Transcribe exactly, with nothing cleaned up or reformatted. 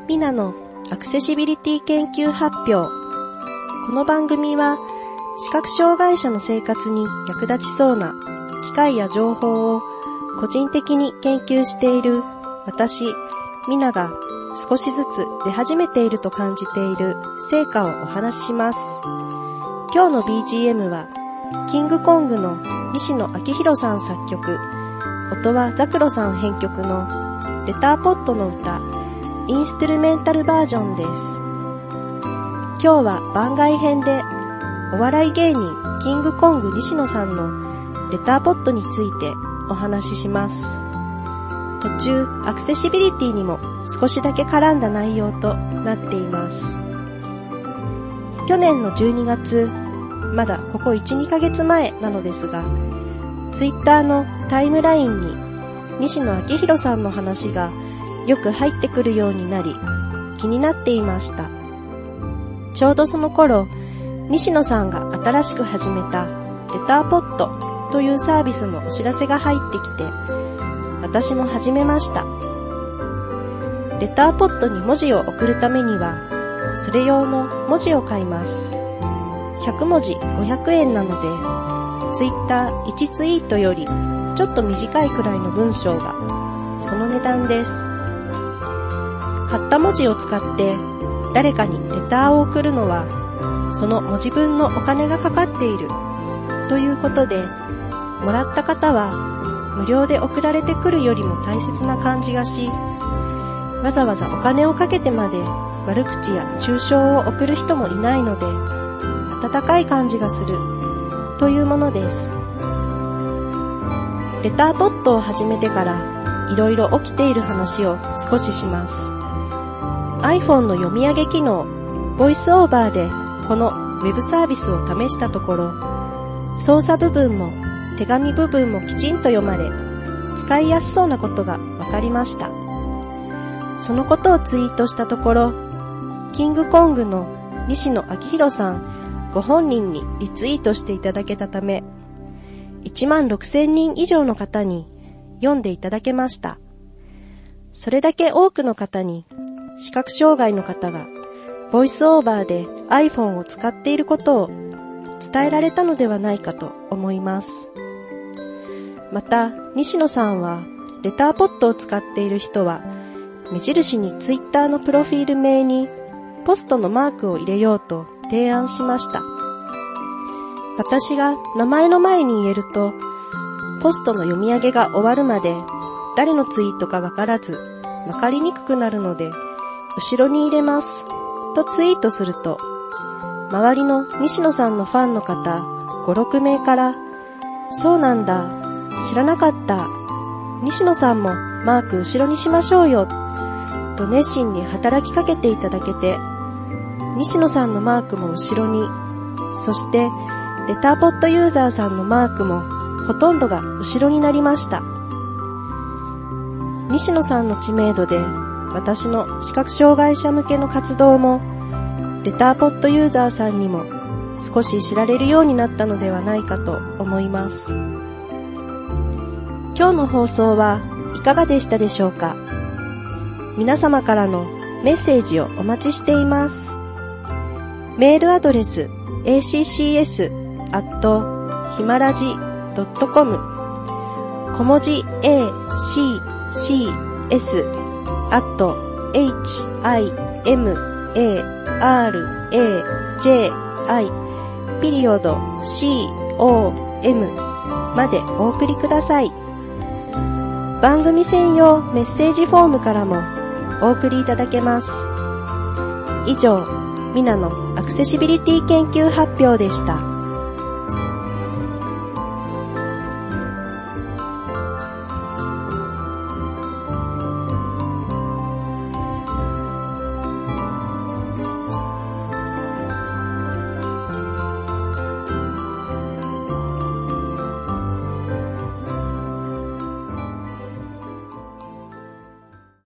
ミナのアクセシビリティ研究発表。この番組は視覚障害者の生活に役立ちそうな機械や情報を個人的に研究している私、ミナが少しずつ出始めていると感じている成果をお話しします。今日の ビージーエム はキングコングの西野昭弘さん作曲、音はザクロさん編曲のレターポットの歌、インストゥルメンタルバージョンです。今日は番外編でお笑い芸人キングコング西野さんのレターポットについてお話しします。途中アクセシビリティにも少しだけ絡んだ内容となっています。去年のじゅうにがつ、まだここ いち、にかげつまえなのですが、ツイッターのタイムラインに西野昭弘さんの話がよく入ってくるようになり、気になっていました。ちょうどその頃、西野さんが新しく始めたレターポットというサービスのお知らせが入ってきて、私も始めました。レターポットに文字を送るためには、それ用の文字を買います。ひゃくもじごひゃくえんなので、ツイッターいちツイートよりちょっと短いくらいの文章がその値段です。買った文字を使って誰かにレターを送るのはその文字分のお金がかかっているということで、もらった方は無料で送られてくるよりも大切な感じがし、わざわざお金をかけてまで悪口や中傷を送る人もいないので、温かい感じがするというものです。レターポットを始めてからいろいろ起きている話を少しします。iPhone の読み上げ機能、ボイスオーバーでこのウェブサービスを試したところ、操作部分も手紙部分もきちんと読まれ、使いやすそうなことが分かりました。そのことをツイートしたところ、キングコングの西野昭弘さんご本人にリツイートしていただけたため、いちまんろくせんにん以上の方に読んでいただけました。それだけ多くの方に視覚障害の方がボイスオーバーで iPhone を使っていることを伝えられたのではないかと思います。また、西野さんはレターポットを使っている人は目印に Twitter のプロフィール名にポストのマークを入れようと提案しました。私が名前の前に入れると、ポストの読み上げが終わるまで誰のツイートかわからずわかりにくくなるので、後ろに入れますとツイートすると、周りの西野さんのファンの方ご、ろくめいから、そうなんだ、知らなかった、西野さんもマーク後ろにしましょうよと熱心に働きかけていただけて、西野さんのマークも後ろに、そしてレターポットユーザーさんのマークもほとんどが後ろになりました。西野さんの知名度で私の視覚障害者向けの活動もレターポットユーザーさんにも少し知られるようになったのではないかと思います。今日の放送はいかがでしたでしょうか。皆様からのメッセージをお待ちしています。メールアドレス エーシーシーエス アット ヒマラジ ドットコム 小文字 エーシーシーエス アット エイチアイエムエーアールエージェーアイ ピリオド シーオーエム までお送りください。番組専用メッセージフォームからもお送りいただけます。以上、ミナのアクセシビリティ研究発表でした。